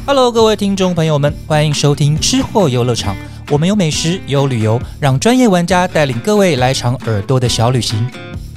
Hello， 各位听众朋友们，欢迎收听吃货游乐场。我们有美食，有旅游，让专业玩家带领各位来场耳朵的小旅行。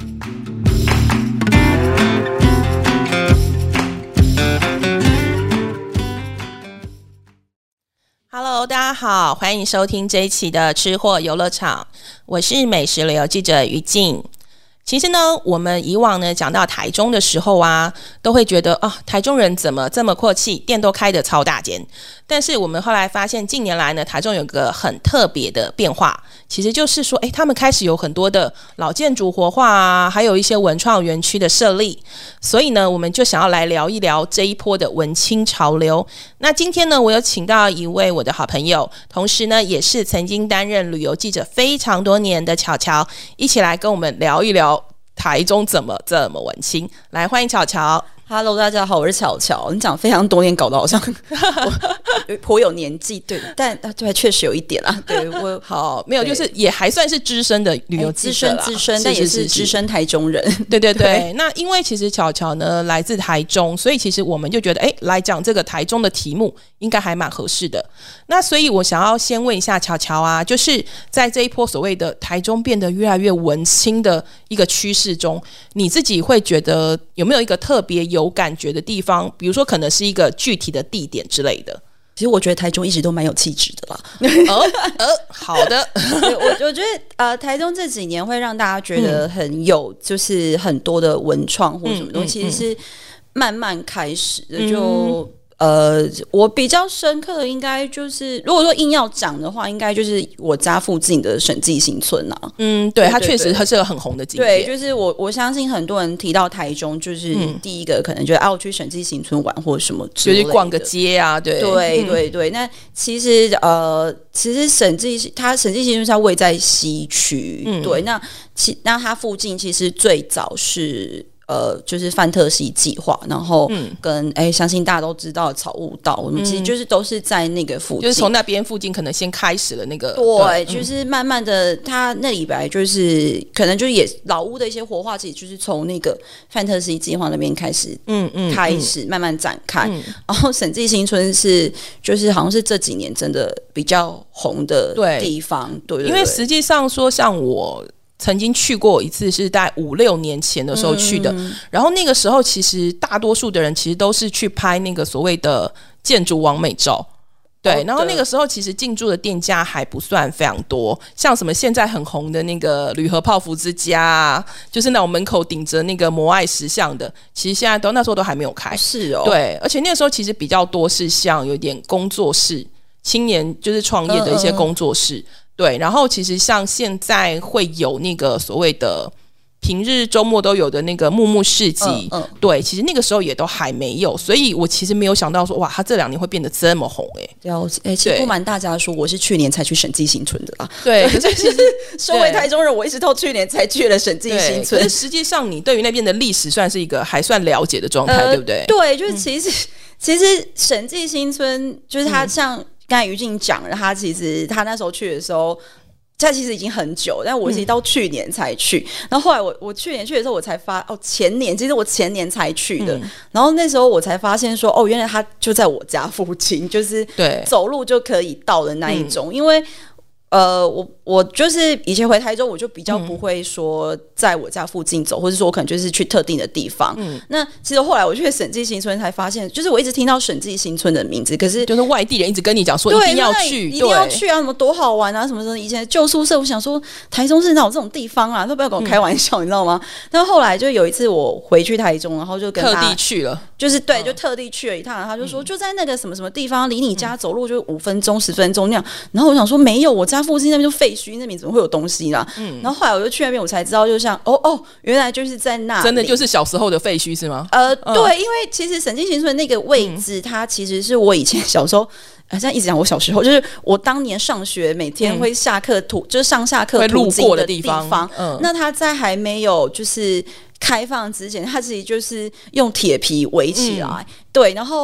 Hello， 大家好，欢迎收听这一期的吃货游乐场，我是美食旅游记者于静。其实呢，我们以往呢讲到台中的时候啊，都会觉得台中人怎么这么阔气，店都开得超大间。但是我们后来发现，近年来呢，台中有个很特别的变化，其实就是说，他们开始有很多的老建筑活化啊，还有一些文创园区的设立。所以呢，我们就想要来聊一聊这一波的文青潮流。那今天呢，我有请到一位我的好朋友，同时呢，也是曾经担任旅游记者非常多年的巧巧，一起来跟我们聊一聊台中怎么这么文青。来，欢迎巧巧。 Hello， 大家好，我是巧巧。你讲非常多年，搞得好像我颇有年纪，对，但对，确实有一点啦。对我好，没有，就是也还算是资深的旅游记者啦， 资深，但也是资深台中人。 对。那因为其实巧巧呢来自台中，所以其实我们就觉得，来讲这个台中的题目应该还蛮合适的。那所以我想要先问一下巧巧啊，就是在这一波所谓的台中变得越来越文青的一个趋势中，你自己会觉得有没有一个特别有感觉的地方，比如说可能是一个具体的地点之类的？ 其实我觉得台中一直都蛮有气质的啦。 好的。 我觉得台中这几年会让大家觉得很有，就是很多的文创或什么东西，其实是慢慢开始的。我比较深刻的应该就是，如果说硬要讲的话，应该就是我家附近的审计新村啊。 对，它确实它是个很红的景点。 对，就是我相信很多人提到台中，就是第一个可能觉得我去审计新村玩或什么之类的， 就是逛个街啊。 对。那其实审计新村它位在西区，对。那它附近其实最早是就是范特西计划，然后跟相信大家都知道的草悟道，我们其实就是都是在那个附近， 就是从那边附近可能先开始了那个。 对，就是慢慢的，它那里本来就是可能就是也老屋的一些活化，其实就是从那个范特西计划那边开始，慢慢展开。然后审计新村就是好像是这几年真的比较红的地方，对， 因为实际上说像我曾经去过一次，是在5-6年前的时候去的。然后那个时候，其实大多数的人其实都是去拍那个所谓的建筑完美照。对，然后那个时候其实进驻的店家还不算非常多，像什么现在很红的那个铝合泡芙之家啊，就是那种门口顶着那个摩艾石像的，其实现在那时候都还没有开。 是哦， 对，而且那个时候其实比较多是像有点工作室，青年就是创业的一些工作室。对，然后其实像现在会有那个所谓的平日周末都有的那个木木市集，对，其实那个时候也都还没有，所以我其实没有想到说，哇，他这2年会变得这么红。 其实不瞒大家说，我是去年才去审计新村的啦。 对，可是其实身为台中人，我一直到去年才去了审计新村。 可是实际上，你对于那边的历史算是一个还算了解的状态，对不对？ 对，就是其实审计新村就是它像。刚才于静讲了，他那时候去的时候，他其实已经很久，但我其实到去年才去。然后后来我去年去的时候，我才其实我前年才去的。然后那时候我才发现说，原来他就在我家附近，就是走路就可以到的那一种。因为我就是以前回台中，我就比较不会说在我家附近走，或者说我可能就是去特定的地方。那其实后来我去审计新村才发现，就是我一直听到审计新村的名字，可是就是外地人一直跟你讲说一定要去， 一定要去啊，什么多好玩啊，什么什么。以前的旧宿舍，我想说台中是哪有这种地方啊？都不要跟我开玩笑，你知道吗？但后来就有一次我回去台中，然后就跟他特地去了， 就是就特地去了一趟，然后他就说就在那个什么什么地方，离你家走路就5分钟10分钟那样。然后我想说没有，我家附近那边就废墟，那边怎么会有东西啦？然后后来我就去那边，我才知道，就像原来就是在那里， 真的就是小时候的废墟是吗？ 对，因为其实审计新村那个位置，它其实是我以前小时候。现在一直讲我小时候，就是我当年上学每天会下课就是上下课途经的地方。那它在还没有就是开放之前，它其实就是用铁皮围起来。对，然后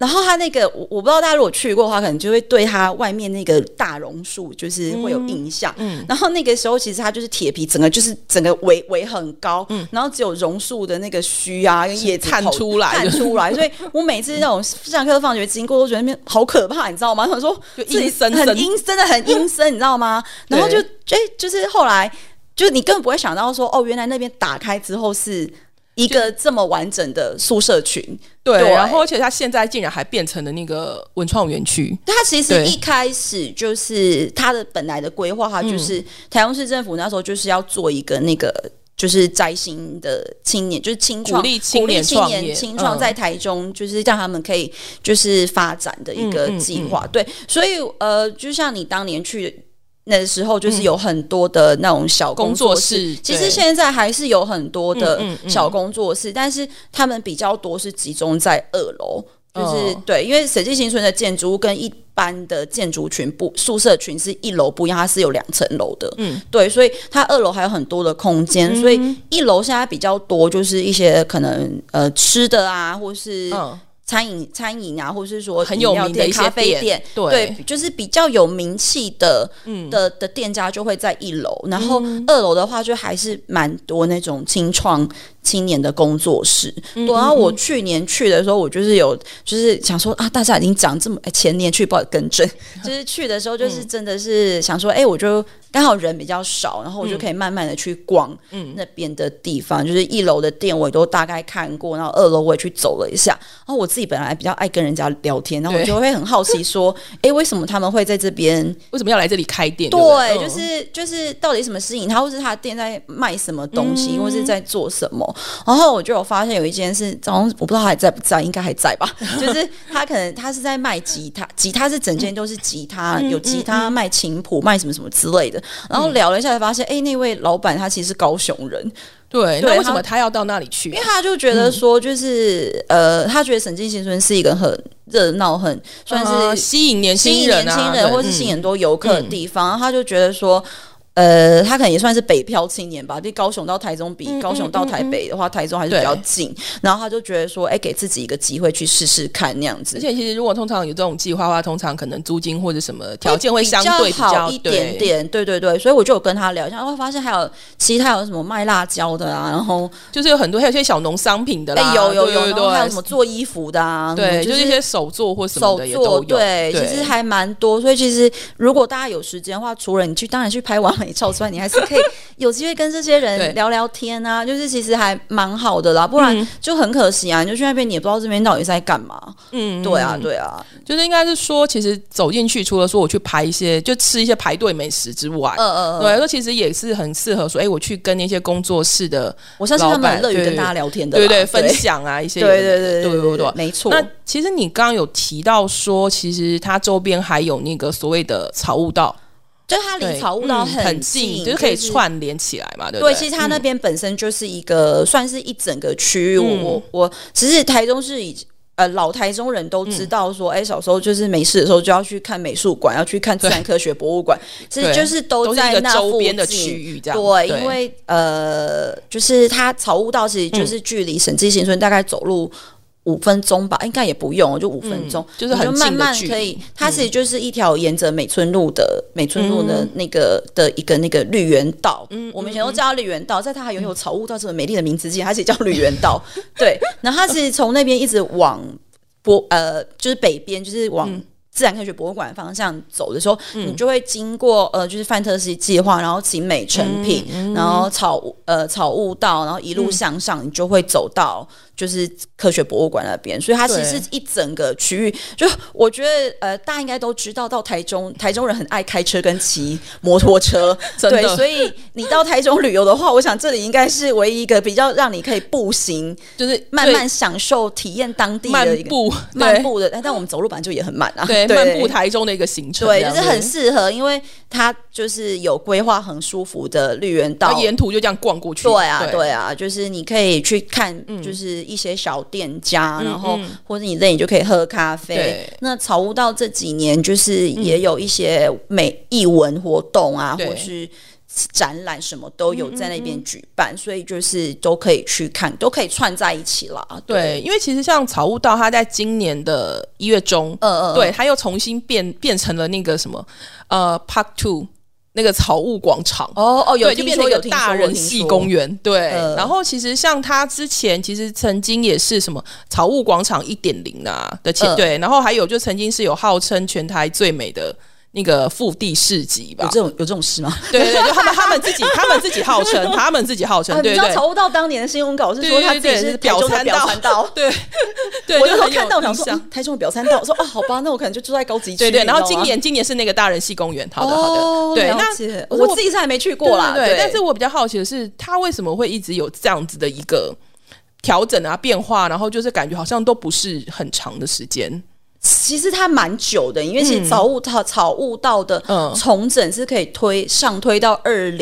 然后它那个我不知道大家如果去过的话，可能就会对它外面那个大榕树就是会有印象。然后那个时候其实它就是铁皮，整个围很高，然后只有榕树的那个须啊跟叶子探出来， 所以我每次那种上课放学经过都觉得那边好可怕，你知道吗？他说就阴森森，真的很阴森，你知道吗？然后就是后来就你根本不会想到说哦，原来那边打开之后是一个这么完整的宿舍群。 对，然后而且它现在竟然还变成了那个文创园区。 它其实一开始就是它的本来的规划，它就是台中市政府那时候就是要做一个那个就是摘星的青年，就是青创， 鼓励青年青创在台中，就是让他们可以就是发展的一个计划。对，所以就像你当年去那时候，就是有很多的那种小工作室，其实现在还是有很多的小工作室，但是他们比较多是集中在2楼。就是对，因为审计新村的建筑物跟一般的建筑群宿舍群是1楼不一样，它是有2层楼的。对，所以它2楼还有很多的空间，所以1楼现在比较多就是一些可能吃的啊，或是餐饮啊，或是说很有名的一些咖啡店，对，就是比较有名气的店家就会在1楼，然后2楼的话就还是蛮多那种青创青年的工作室。对，然后我去年去的时候，我就是想说啊，大家已经讲这么，前年去不好更正，就是去的时候就是真的是想说，我就刚好人比较少，然后我就可以慢慢的去逛那边的地方，就是1楼的店我也都大概看过，然后2楼我也去走了一下，然后我自己本来比较爱跟人家聊天，然后我就会很好奇说，为什么他们会在这边， 为什么要来这里开店？ 对，就是到底什么吸引他，或是他的店在卖什么东西，或是在做什么。然后我就有发现有一间是，早上我不知道他还在不在，应该还在吧。就是他可能他是在卖吉他是整间都是吉他，有吉他卖琴谱，卖什么什么之类的。然后聊了一下才发现，那位老板他其实是高雄人。 对，那为什么他要到那里去？ 因为他就觉得说，就是他觉得审计新村是一个很热闹、很算是吸引年轻人或是吸引很多游客的地方。然后他就觉得说，他可能也算是北漂青年吧，比高雄到台中比高雄到台北的话，台中还是比较近。然后他就觉得说，给自己一个机会去试试看那样子。 而且其实如果通常有这种计划的话，通常可能租金或者什么条件会相对比较好一点点。对，所以我就有跟他聊一下，然后发现还有其他有什么卖辣椒的啊，然后就是有很多还有一些小农商品的啦， 有，然后还有什么做衣服的啊， 对，就是一些手作或什么的也都有。 对，其实还蛮多。所以其实如果大家有时间的话，除了你当然去拍完美照之外，你还是可以有机会跟这些人聊聊天啊，就是其实还蛮好的啦，不然就很可惜啊，你就去那边你也不知道这边到底在干嘛。对啊， 就是应该是说，其实走进去，除了说我去排一些就吃一些排队美食之外，对，说其实也是很适合说，我去跟那些工作室的， 我相信他们很乐于跟大家聊天的， 对，分享啊一些， 对，没错。 那其实你刚刚有提到说，其实它周边还有那个所谓的草悟道。 就它离草悟道很近，就是可以串联起来嘛，对不对？对，其实它那边本身就是一个算是一整个区域。我其实台中是老台中人都知道说，小时候就是没事的时候就要去看美术馆，要去看自然科学博物馆，其实就是都在那周边的区域这样。 对，因为就是它草悟道其实就是距离审计新村大概走路5分钟吧，应该也不用，就5分钟， 就是很近的距离。 可以，它其实就是一条沿着美村路的那个的一个那个绿园道。我们以前都叫它绿园道，在它还拥有草悟道这么美丽的名字之前，它其实叫绿园道。对，然后它其实从那边一直往就是北边，就是往自然科学博物馆方向走的时候，你就会经过就是范特西计划，然后景美成品，然后草悟道，然后一路向上，你就会走到就是科学博物馆那边。所以它其实是一整个区域。就我觉得大家应该都知道，到台中人很爱开车跟骑摩托车，对，所以你到台中旅游的话，我想这里应该是唯一一个比较让你可以步行，就是慢慢享受体验当地的一个漫步的。但我们走路本来就也很慢啊。 对，漫步台中的一个行程， 对，就是很适合，因为它就是有规划很舒服的绿园道， 沿途就这样逛过去。 对啊，就是你可以去看，就是一些小店家，然后或者你累，你就可以喝咖啡。那草悟道这几年就是也有一些艺文活动啊，或是展览什么都有在那边举办，所以就是都可以去看，都可以串在一起啦。 对，因为其实像草悟道，它在今年的1月中，对，它又重新变成了那个什么Park 2。那个草悟广场有就变成一个大人系公园，对。然后其实像它之前其实曾经也是什么草悟广场 1.0 啊的对，然后还有就曾经是有号称全台最美的那个腹地市集吧？ 有这种事吗？ 对对对，就他们自己号称，对对对。 你知道草悟道当年的新闻稿是说他自己是台中的表参道， 对对， 我那时候看到我想说台中的表参道，我说好吧，那我可能就住在高级区。 对对，然后今年是那个大人系公园，好的，对。 那我自己是还没去过啦， 对。但是我比较好奇的是，他为什么会一直有这样子的一个调整啊变化，然后就是感觉好像都不是很长的时间。 其实它蛮久的，因为其实草悟道的重整是可以推到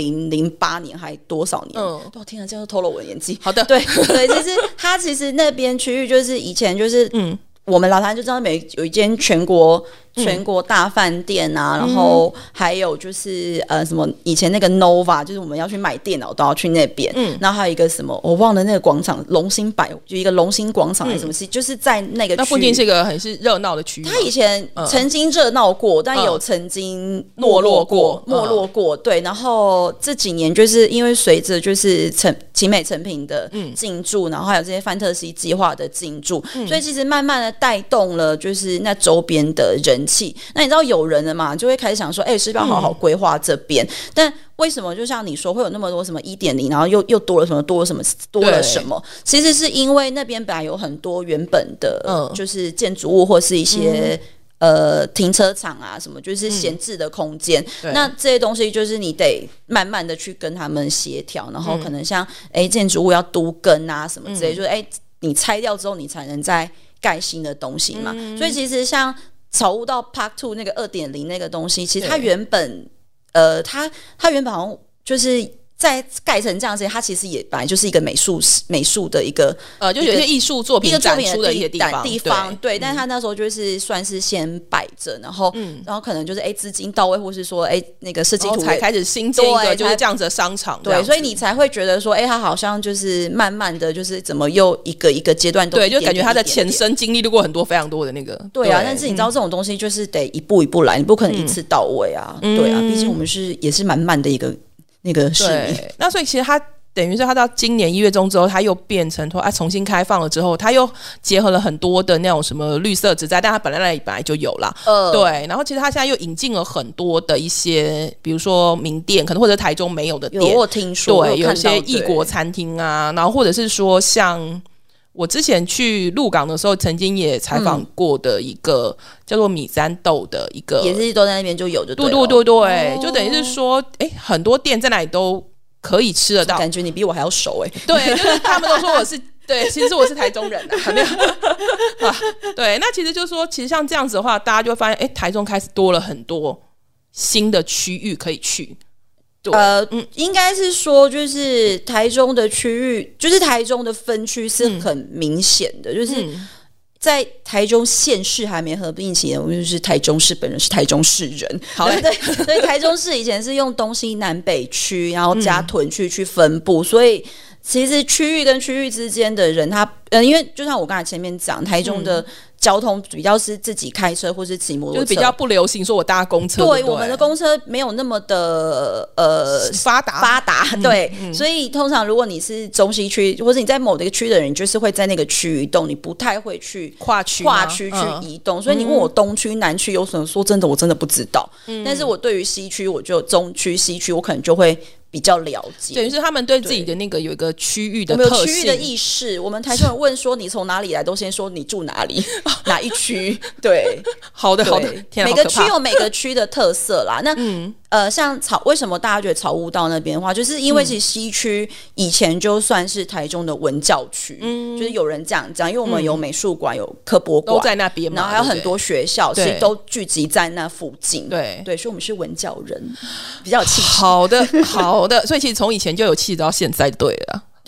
2008年还多少年？天啊，这样透露我的年纪。 好的， 对，其实那边区域就是以前就是我们老台就知道有一间全国大饭店啊，然后还有就是什么以前那个 Nova， 就是我们要去买电脑都要去那边，然后还有一个什么我忘了那个广场龙兴就一个龙兴广场还是什么事，就是在那个区域， 那附近是一个很是热闹的区域。 它以前曾经热闹过，但有曾经没落过，对。然后这几年就是因为随着就是奇美诚品的进驻，然后还有这些范特西计划的进驻，所以其实慢慢的带动了就是那周边的人气。那你知道有人了嘛，就会开始想说是不是要好好规划这边，但为什么就像你说会有那么多什么 1.0， 然后又多了什么多了什么，其实是因为那边本来有很多原本的就是建筑物或是一些停车场啊什么，就是闲置的空间，那这些东西就是你得慢慢的去跟他们协调，然后可能像建筑物要都更啊什么之类，就是你拆掉之后你才能再盖新的东西嘛，所以其实像草悟道 Park 2那个 2.0 那个东西，其实它原本它原本好像就是在盖成这样子，它其实也本来就是一个美术的一个就有一些艺术作品展出的一些地方， 对。但是他那时候就是算是先摆着，然后可能就是资金到位，或是说那个设计图才开始新建一个就是这样子的商场， 对，所以你才会觉得说它好像就是慢慢的就是怎么又一个阶段都对，就感觉它的前身经历过很多非常多的那个对啊。但是你知道这种东西就是得一步一步来，你不可能一次到位啊，对啊，毕竟我们也是蛮慢的一个那个市民。 那所以其实它等于是它到今年1月中之后，它又变成说重新开放了之后，它又结合了很多的那种什么绿色植栽，但它本来就有啦，对。然后其实它现在又引进了很多的一些，比如说名店，可能或者台中没有的店， 我听说， 对，有一些异国餐厅啊，然后或者是说像我之前去鹿港的时候，曾经也采访过的一个叫做米簪豆的一个， 也是都在那边就有的， 对，就等于是说，很多店在那里都可以吃得到。 感觉你比我还要熟对，就是他们都说我是对，其实我是台中人啊，没有对，那其实就是说，其实像这样子的话，大家就会发现，台中开始多了很多新的区域可以去。 应该是说，就是台中的区域，就是台中的分区是很明显的，就是在台中县市还没合并前，我就是台中市本人是台中市人， 好嘞， 对，所以台中市以前是用东西南北区，然后加屯区去分布，所以其实区域跟区域之间的人他，因为就像我刚才前面讲，台中的交通比较是自己开车或是骑摩托车， 就是比较不流行说我搭公车， 对，我们的公车没有那么的发达，对，所以通常如果你是中西区或者你在某一个区的人，你就是会在那个区域移动，你不太会去跨区去移动，所以你问我东区南区有什么，说真的我真的不知道，但是我对于西区，我就中区西区我可能就会比较了解， 等于是他们对自己的那个有一个区域的特性， 我们有区域的意识。我们台中人问说你从哪里来，都先说你住哪里哪一区。对， 好的，天啊， 每个区有每个区的特色啦。那像为什么大家觉得草悟道那边的话，就是因为其实西区以前就算是台中的文教区，就是有人这样讲，因为我们有美术馆、有科博馆都在那边嘛， 然后还有很多学校，其实都聚集在那附近。 对， 所以我们是文教人，比较有气质。 好的，所以其实从以前就有气质到现在，对了。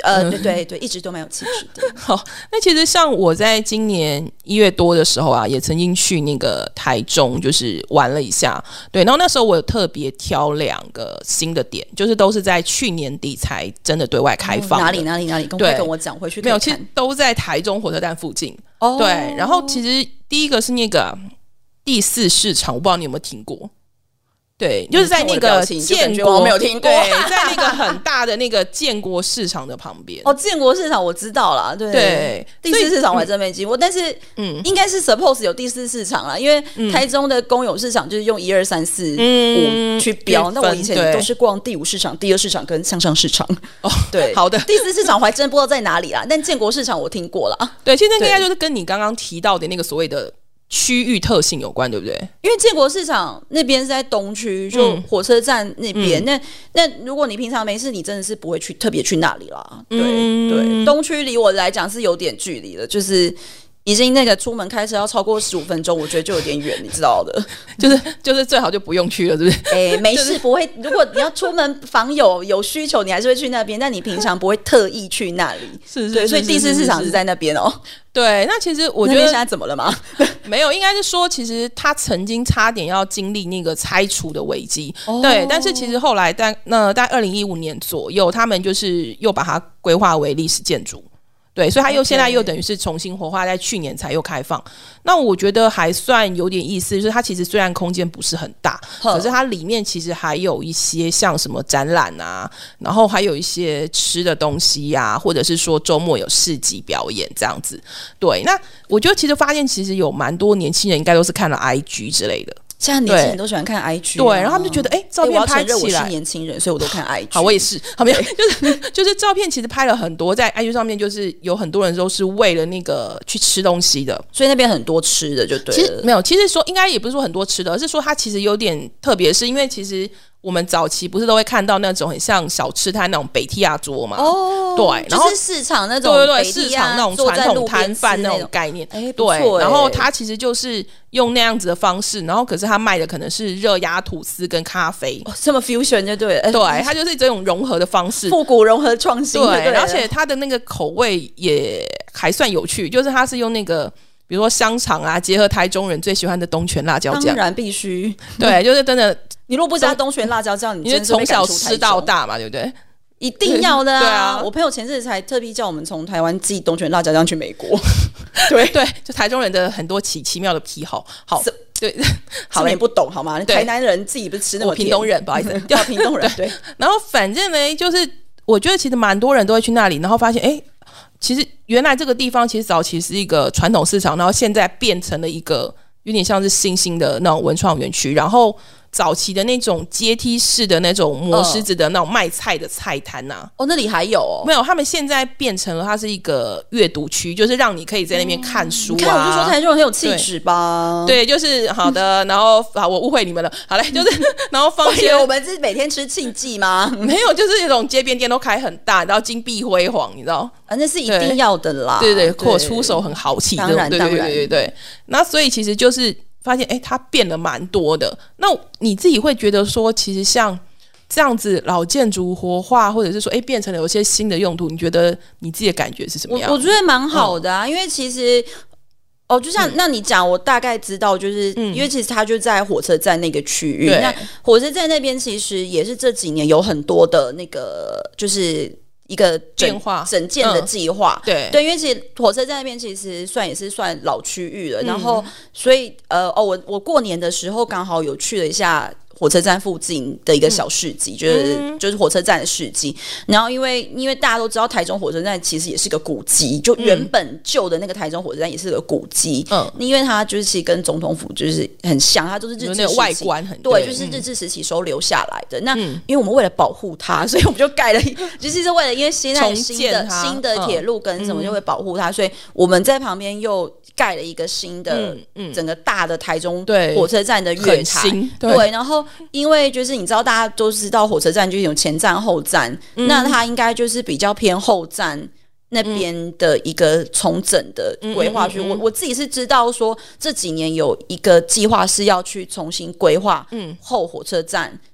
对，一直都蛮有气质的。 好，那其实像我在今年1月多的时候啊，也曾经去那个台中，就是玩了一下。对，然后那时候我有特别挑2个新的点，就是都是在去年底才真的对外开放的。 哪里？ 对， 跟我讲，回去没有，其实都在台中火车站附近。对，然后其实第一个是那个第4市场，我不知道你有没有听过。对，就是在那个建国， 我没有听过。 对，在那个很大的那个建国市场的旁边。 建国市场我知道啦，对，第4市场我还真没经过，但是应该是 suppose 有第4市场啦，因为台中的公有市场就是用1、2、3、4、5去标。那我以前都是逛第5市场、第2市场跟向上市场。对， 好的， 第4市场我还真不知道在哪里啦，但建国市场我听过啦。 对，其实应该就是跟你刚刚提到的那个所谓的区域特性有关，对不对？ 因为建国市场那边是在东区，就火车站那边。那如果你平常没事，你真的是不会特别去那里啦。对，东区离我来讲是有点距离了，就是已经那个出门开车要超过15分钟，我觉得就有点远，你知道的。 就是最好就不用去了，是不是？ 没事，不会。如果你要出门访友有需求，你还是会去那边，但你平常不会特意去那里。对，所以第4市场是在那边哦。 对，那其实我觉得现在怎么了吗？ 没有，应该是说，其实他曾经差点要经历那个拆除的危机。对，但是其实后来大概2015年左右，他们就是又把它规划为历史建筑。对，所以它现在又等于是重新活化，在去年才又开放。那我觉得还算有点意思，就是它其实虽然空间不是很大，可是它里面其实还有一些像什么展览啊，然后还有一些吃的东西啊，或者是说周末有市集表演这样子。对，那我就其实发现，其实有蛮多年轻人应该都是看了 IG 之类的。 现在年轻人都喜欢看 IG， 对，然后他们就觉得，照片拍起来， 我是年轻人，所以我都看 IG。 好，我也是，好，没有，就是照片其实拍了很多，在 IG 上面，就是有很多人都是为了那个去吃东西的， 所以那边很多吃的就对了。 其实没有，其实说应该也不是说很多吃的，而是说它其实有点特别，是因为其实我们早期不是都会看到那种很像小吃摊那种北提亚桌嘛？对，然后就是市场那种， 对，市场那种传统摊贩那种概念，对，然后它其实就是用那样子的方式，然后可是它卖的可能是热压吐司跟咖啡， 这么 fusion 就对了， 对，它就是这种融合的方式， 复古融合创新， 对，而且它的那个口味也还算有趣，就是它是用那个。比如说香肠啊，结合台中人最喜欢的东泉辣椒酱， 当然必须。 对，就是真的， 你如果不加东泉辣椒酱，你因为从小吃到大嘛，对不对？ 一定要的啊！ 对啊， 我朋友前阵子才特地叫我们从台湾寄东泉辣椒酱去美国。对， 就台中人的很多奇妙的癖好。好，对， 好，你不懂好吗？台南人自己不是吃那么甜， 屏东人，不好意思， 叫屏东人。对， 然后反正呢，就是我觉得其实蛮多人都会去那里，然后发现其实原来这个地方其实早期是一个传统市场，然后现在变成了一个有点像是新兴的那种文创园区，然后早期的那种阶梯式的那种磨石子的那种卖菜的菜摊呐， 那里还有没有？他们现在变成了它是一个阅读区，就是让你可以在那边看书啊。 你看我就说台中人很有气质吧？ 对，就是好的。然后我误会你们了。好嘞，就是然后放些我们是每天吃庆记吗？ 没有，就是那种街边店都开很大，然后金碧辉煌，你知道？ 那是一定要的啦。 对，或出手很豪气， 当然， 对。那所以其实就是发现，它变了蛮多的。那你自己会觉得说，其实像这样子老建筑活化，或者是说，变成了有些新的用途，你觉得你自己的感觉是什么样？ 我觉得蛮好的啊，因为其实。就像那你讲，我大概知道，就是因为其实它就在火车站那个区域。那火车站那边其实也是这几年有很多的那个，就是一个整建的计划。对，因为其实火车站那边其实也是算老区域了。然后，所以我过年的时候刚好有去了一下。火车站附近的一个小市集，就是火车站的市集。然后因为大家都知道台中火车站其实也是个古迹，就原本旧的那个台中火车站也是个古迹。因为它就是其实跟总统府就是很像，它都是日治时期外观很对，就是日治时期时候留下来的。那因为我们为了保护它，所以我们就盖了，就是为了因为现在新的铁路跟什么就会保护它，所以我们在旁边又盖了一个新的整个大的台中火车站的月台。对，然后因为就是你知道大家都知道火车站就是有前站后站，那它应该就是比较偏后站那边的一个重整的规划区。我自己是知道说这几年有一个计划是要去重新规划后火车站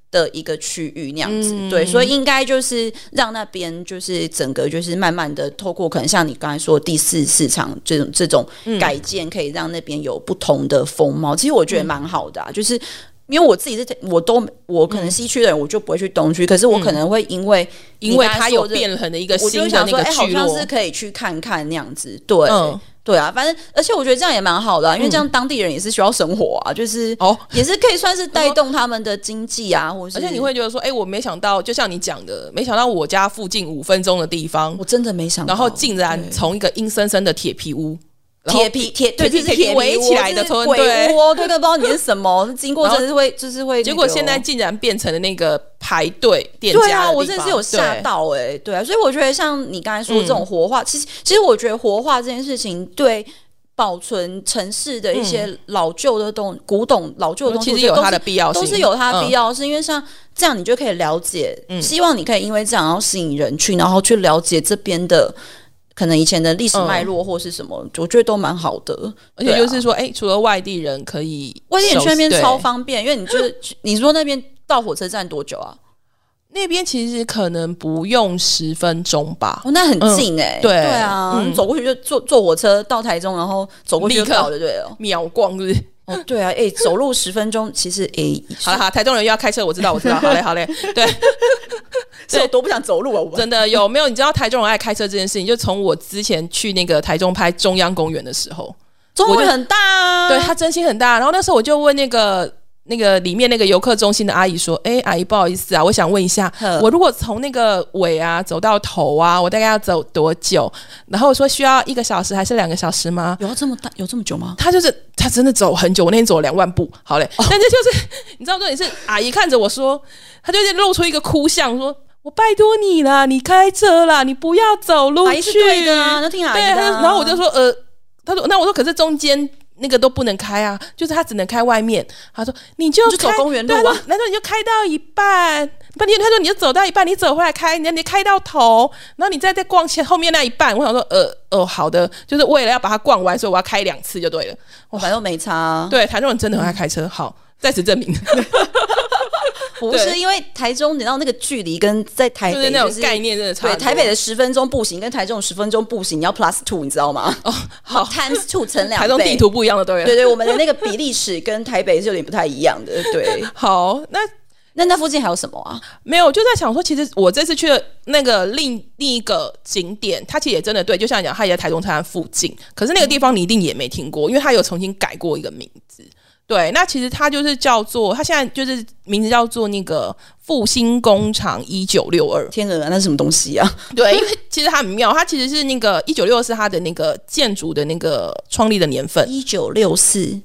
的一个区域那样子，对，所以应该就是让那边就是整个就是慢慢的透过可能像你刚才说第4市场这种改建，可以让那边有不同的风貌。其实我觉得蛮好的就是因为我自己我可能西区的人我就不会去东区，可是我可能会因为它有变成的一个新的那个聚落， 好像是可以去看看那样子，对。对啊，反正而且我觉得这样也蛮好的因为这样当地人也是需要生活啊，就是也是可以算是带动他们的经济啊，或是而且你会觉得说，我没想到，就像你讲的，没想到我家附近5分钟的地方， 我真的没想到， 然后竟然从一个阴森森的铁皮屋。 铁皮围起来的村， 鬼屋哦，对，不知道你是什么，经过真是会， 结果现在竟然变成了那个排队店家的地方。对啊， 我真的是有吓到对啊，所以我觉得像你刚才说这种活化，其实我觉得活化这件事情对保存城市的一些老旧的古董老旧的东西， 其实有它的必要性， 都是有它的必要性，因为像这样你就可以了解，希望你可以因为这样然后吸引人去，然后去了解这边的。可能以前的历史脉络或是什么，我觉得都蛮好的。 而且就是说，除了外地人可以， 外地人去那边超方便，因为你说那边到火车站多久啊？ 那边其实可能不用10分钟吧。 那很近对啊，走过去就坐火车到台中，然后走过去就到就对了， 秒逛是不是？ 对啊，走路10分钟，其实好了，台中人又要开车，我知道，好嘞，对， 是有多不想走路啊？我真的有没有？你知道台中人爱开车这件事情，就从我之前去那个台中拍中央公园的时候， 中公园很大啊， 对，它真心很大。然后那时候我就问那个里面那个游客中心的阿姨说：“阿姨，不好意思啊，我想问一下，我如果从那个尾啊走到头啊，我大概要走多久？”然后我说：“需要1个小时还是2个小时吗？” 有这么大，有这么久吗？ 他真的走很久，我那天走了2万步。好嘞，但是就是你知道，重点是阿姨看着我说，她就露出一个哭相，说：“我拜托你啦，你开车啦，你不要走路去。” 阿姨是对的啊，那听阿姨的。 对，然后我就说：“他说，那我说，可是中间。”那个都不能开啊，就是他只能开外面。他说你就走公园路啊， 难道你就开到一半？他说你就走到一半，你走回来开，你开到头，然后你再逛后面那一半。我想说好的，就是为了要把它逛完，所以我要开2次就对了。 反正没差。 对，台中人真的很爱开车。好，在此证明。 不是因为台中，你知道那个距离跟在台北就是那种概念真的差。 对，台北的10分钟步行跟台中10分钟步行，你要 +2， 你知道吗？ 好 ，times 2乘2倍。 台中地图不一样的，对了。 对，我们的那个比例尺跟台北是有点不太一样的。对， 好， 那附近还有什么啊？ 没有，就在想说，其实我这次去的那个另一个景点，它其实也真的对，就像你讲，它也在台中车站附近，可是那个地方你一定也没听过，因为它有重新改过一个名字。对，那其实它就是叫做，它现在就是名字叫做那个复兴工厂1962。 天鹅，那是什么东西啊？ 对，因为其实它很妙，它其实是那个1962是它的那个建筑的那个创立的年份。 1964。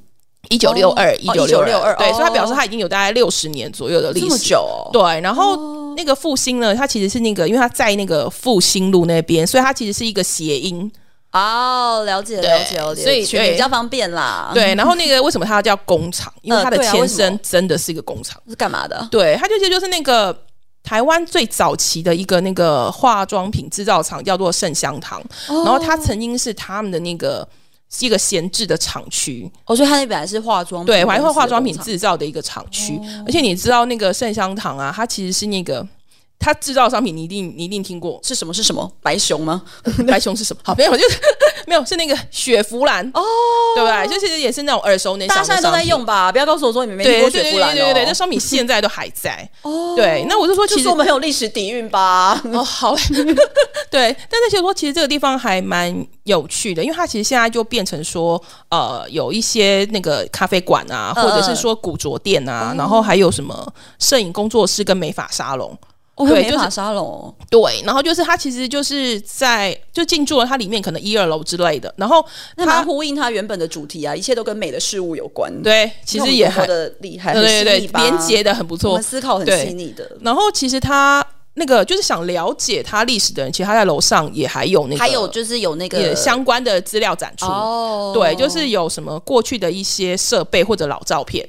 1962，对，所以它表示它已经有大概60年左右的历史， 这么久哦。 对，然后那个复兴呢，它其实是那个，因为它在那个复兴路那边，所以它其实是一个谐音。 了解，所以取名比较方便啦。 对，然后那个为什么它叫工厂？因为它的前身真的是一个工厂， 是干嘛的？ 对，它就是那个台湾最早期的一个那个化妆品制造厂，叫做盛香堂。然后它曾经是他们的那个是一个闲置的厂区。 所以它那本来是化妆品， 对，还会化妆品制造的一个厂区。而且你知道那个盛香堂啊，它其实是那个。它制造商品你一定听过是什么？白熊吗？ 白熊是什么？好，没有，就是没有，是那个雪佛兰对不对？就其实也是那种耳熟能详的商品， 大家现在都在用吧？不要告诉我说你们没听过雪佛兰。 对，这商品现在都还在对，那我就说其实我们很有历史底蕴吧。 好对，但是其实说其实这个地方还蛮有趣的，因为它其实现在就变成说有一些那个咖啡馆啊，或者是说古着店啊，然后还有什么摄影工作室跟美发沙龙。 对，美发沙龙。 对，然后就是它其实就是就进驻了它里面可能1、2楼之类的，然后那蛮呼应它原本的主题啊，一切都跟美的事物有关。 对，其实也很的厉害， 对，连接的很不错， 我们思考很细腻的。 然后其实它那个就是想了解它历史的人，其实他在楼上也还有那个， 还有就是有那个相关的资料展出。对，就是有什么过去的一些设备或者老照片。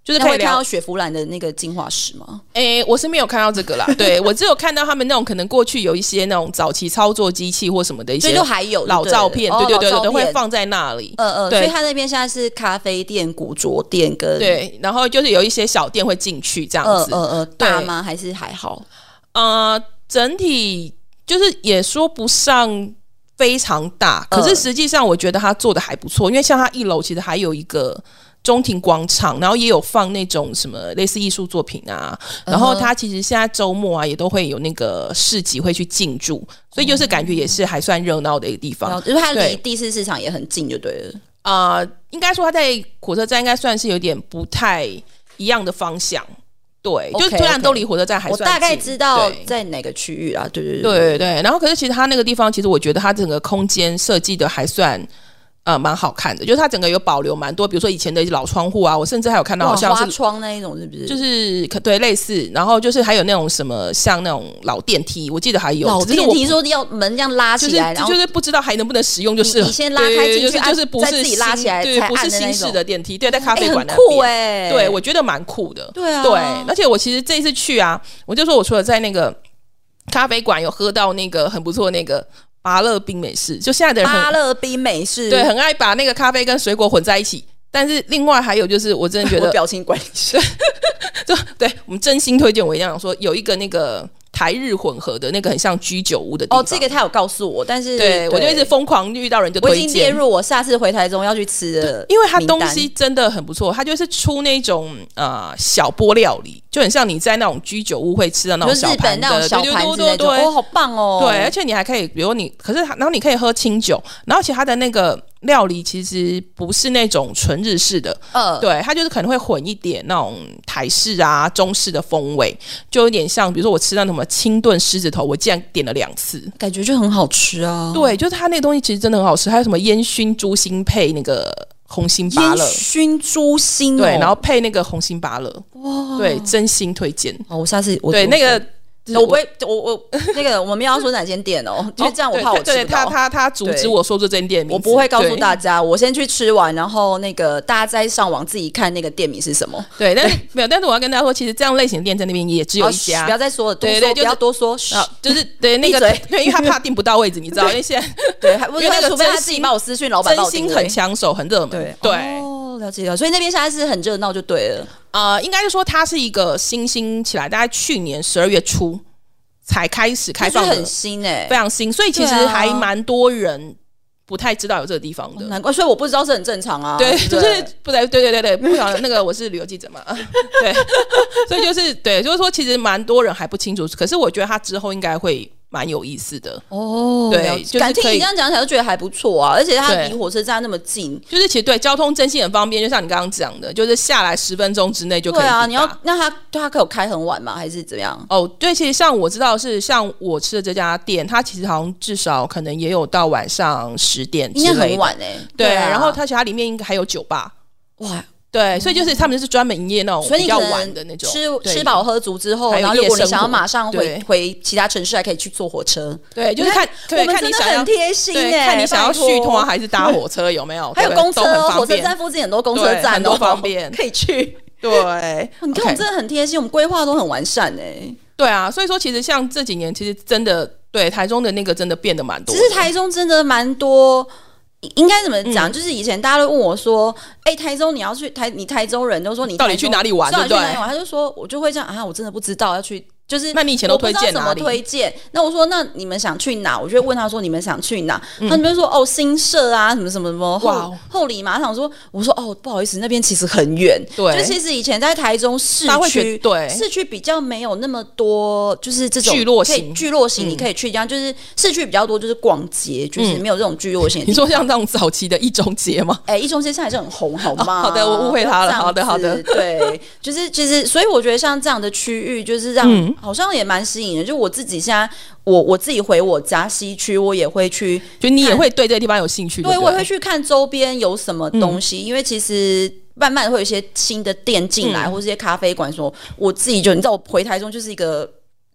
就是可以会看到雪佛兰的那个进化史吗？ 我是没有看到这个啦，对我只有看到他们那种可能过去有一些那种早期操作机器或什么的一些， 所以都还有老照片，对，都会放在那里。 所以他那边现在是咖啡店、古着店跟对，然后就是有一些小店会进去这样子。 大吗？还是还好？ 整体就是也说不上非常大，可是实际上我觉得他做的还不错，因为像他1楼其实还有一个中庭广场，然后也有放那种什么类似艺术作品啊，然后他其实现在周末啊也都会有那个市集会去进驻，所以就是感觉也是还算热闹的一个地方， 就是它离第4市场也很近就对了。 应该说他在火车站应该算是有点不太一样的方向。对，就虽然都离火车站还算近， 我大概知道在哪个区域啊。 对，然后可是其实他那个地方，其实我觉得他整个空间设计的还算蛮好看的，就是它整个有保留蛮多，比如说以前的老窗户啊，我甚至还有看到好像是花窗那一种，是不是？ 就是对类似，然后就是还有那种什么像那种老电梯，我记得还有老电梯，说要门这样拉起来， 就是不知道还能不能使用，就是你先拉开进去， 就是不是自己拉起来， 对，不是新式的电梯，对，在咖啡馆那边， 很酷对，我觉得蛮酷的， 对啊， 对，而且我其实这一次去啊，我就说我除了在那个咖啡馆有喝到那个很不错那个芭乐冰美式，就现在的人芭乐冰美式， 对，很爱把那个咖啡跟水果混在一起。但是另外还有就是，我真的觉得我表情管理师， 对我们真心推荐。我一定要说，有一个那个台日混合的那个很像居酒屋的地方。 这个他有告诉我，但是对我就一直疯狂遇到人就推荐， 我已经列入我下次回台中要去吃的， 因为它东西真的很不错，它就是出那种小波料理，就很像你在那种居酒屋会吃的那种小盘的， 日本那种小盘子那种，好棒哦！ 对，而且你还可以，比如你，可是然后你可以喝清酒，然后其实它的那个料理其实不是那种纯日式的，对，它就是可能会混一点那种台式啊、中式的风味，就有点像，比如说我吃到什么清炖狮子头，我竟然点了2次， 感觉就很好吃啊。 对，就是它那个东西其实真的很好吃，还有什么烟熏猪心配那个红心芭乐， 烟熏猪心， 对，然后配那个红心芭乐，哇，对，真心推荐。 好，我下次对那个。 我不会，我那个我们要说哪间店哦，就是这样，我怕我吃不到。 他阻止我说出这间店名字， 我不会告诉大家，我先去吃完，然后那个大家再上网自己看那个店名是什么。 对，但是没有，但是我要跟大家说，其实这样类型的店在那边也只有一家， 不要再说了， 对， 不要多说， 就是对那个，对，因为他怕订不到位置，你知道，因为现在对，因为那个除非他自己帮我私讯老板， 真心很抢手，很热门，对， 哦，了解了，所以那边现在是很热闹就对了。应该是说它是一个新兴起来，大概去年12月初。才开始开放的， 很新非常新，所以其实还蛮多人不太知道有这个地方的， 难怪，所以我不知道是很正常啊。 对，就是不对，对，不晓得那个我是旅游记者嘛，对，所以就是对，就是说其实蛮多人还不清楚，可是我觉得他之后应该会蛮有意思的哦。 对，就是感听你这样讲起来就觉得还不错啊，而且它离火车站那么近， 就是其实对交通真心很方便，就像你刚刚讲的，就是下来10分钟之内就可以。对啊， 你要那它可以有开很晚吗？还是怎么样？ 哦，对，其实像我知道是像我吃的这家店，它其实好像至少可能也有到晚上10点之类的， 应该很晚对，然后它其实它里面应该还有酒吧，哇。对，所以就是他们就是专门营业那种比较晚的那种， 吃饱喝足之后，然后如果你想要马上回其他城市，还可以去坐火车。 对，就是看你想要很贴心看你想要续通还是搭火车有没有？ 还有公车，火车站附近很多公车站， 很多方便可以去。 对， 你看我们真的很贴心，我们规划都很完善对啊，所以说其实像这几年，其实真的对台中的那个真的变得蛮多。 其实台中真的蛮多。应该怎么讲？就是以前大家都问我说：“台中你要去你台中人都说你到底去哪里玩？对不对？” 他就说，我就会这样啊，我真的不知道要去。就是那你以前都推荐哪里？ 我不知道怎么推荐？那我说那你们想去哪？我就会问他说你们想去哪？他们就说新社啊，什么什么什么后里马场说，我说不好意思，那边其实很远。 对， 就其实以前在台中市区， 对市区比较没有那么多，就是这种聚落型， 你可以去这样，就是市区比较多，就是逛街，就是没有这种聚落型。 你说像这种早期的一中街吗？ 一中街现在是很红，好吗？ 好的，我误会他了。好的， 对，就是其实，所以我觉得像这样的区域，就是让好像也蛮吸引人。就我自己现在，我自己回我家西区，我也会去， 就你也会对这个地方有兴趣， 对，我也会去看周边有什么东西，因为其实慢慢会有一些新的店进来，或是一些咖啡馆。说我自己就你知道，我回台中就是一个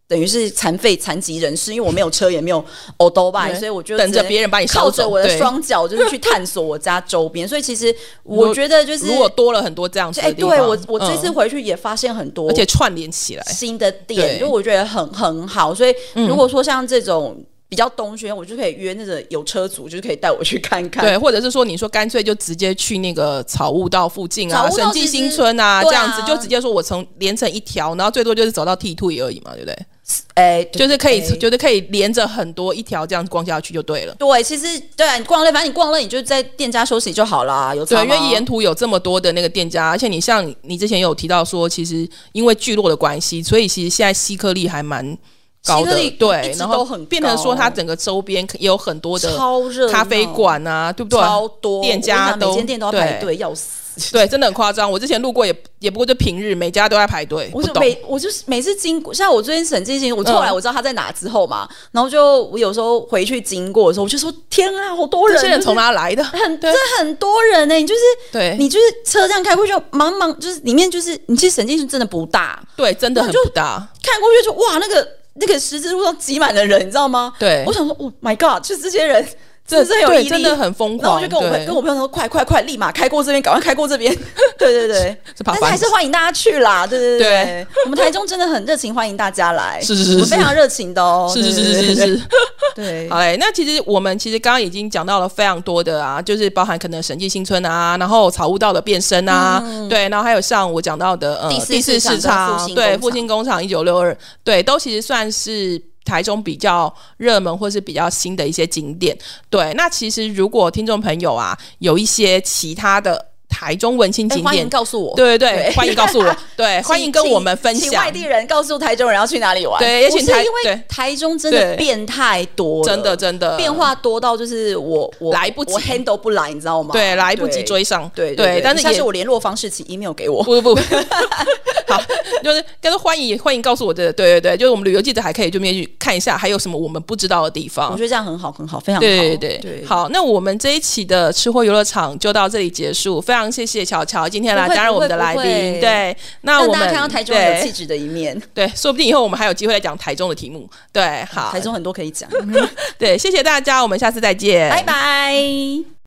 等于是残废残疾人士，因为我没有车也没有欧兜拜，所以我就等着别人把你靠着我的双脚就是去探索我家周边。所以其实我觉得就是如果多了很多这样子的地方， 对我这次回去也发现很多， 而且串联起来新的店，就我觉得很好。所以如果说像这种比较东区，我就可以约那个有车族，就是可以带我去看看。 对，或者是说你说干脆就直接去那个草悟道附近啊，审计新村啊，这样子就直接说我连成一条，然后最多就是走到 T2 而已嘛，对不对？就是可以，就是可以连着很多一条这样逛下去就对了。 对，其实对啊，你逛了，反正你逛了，你就在店家休息就好啦。有对，因为沿途有这么多的那个店家，而且你像你之前有提到说，其实因为聚落的关系，所以其实现在吸客力还蛮高的，对，然后变成说它整个周边也有很多的咖啡馆啊，对不对？ 超多店家都每间店都要排队，要死。 对，真的很夸张。我之前路过也不过就平日，每家都在排队。我就是每次经过，像我最近审计新，我后来我知道他在哪之后嘛，然后就我有时候回去经过的时候，我就说天啊，好多人！ 这些人从哪来的？ 真的很多人呢、你就是对， 你就是车这样开过去，茫就是里面就是你其实审计新真的不大， 对，真的很不大。 看过去就哇，那个十字路上挤满了人，你知道吗？ 对， 我想说，Oh my God，就这些人。 对，真的很疯狂。 然后我就跟我朋友说，快，立马开过这边，赶快开过这边。对，但是还是欢迎大家去啦。对，我们台中真的很热情，欢迎大家来。 是， 我们非常热情的哦。 是。 对， 好嘞。那其实我们刚刚已经讲到了非常多的啊，就是包含可能审计新村啊，然后草悟道的变身啊，对，然后还有像我讲到的第四市场，对，复兴工厂1962，对，都其实算是台中比较热门或是比较新的一些景点。对，那其实如果听众朋友啊有一些其他的台中文青景点， 欢迎告诉我。 对，欢迎告诉我。对，欢迎跟我们分享。 请外地人告诉台中人要去哪里玩。 对，也请因为台中真的变太多了， 真的变化多到就是我来不及， 我 handle 不来，你知道吗？ 对，来不及追上。对，但是下次我联络方式请 email 给我。 不，好，就是跟欢迎告诉我的。对，就是我们旅游记者还可以就面去看一下，还有什么我们不知道的地方。 我觉得这样很好，非常好。 对。好，那我们这一期的吃货游乐场就到这里结束，非常谢谢巧巧今天来担任我们的来宾。对，那我们大家看到台中有气质的一面。 对，说不定以后我们还有机会来讲台中的题目。对，好， 台中很多可以讲。 对，谢谢大家，我们下次再见， 拜拜。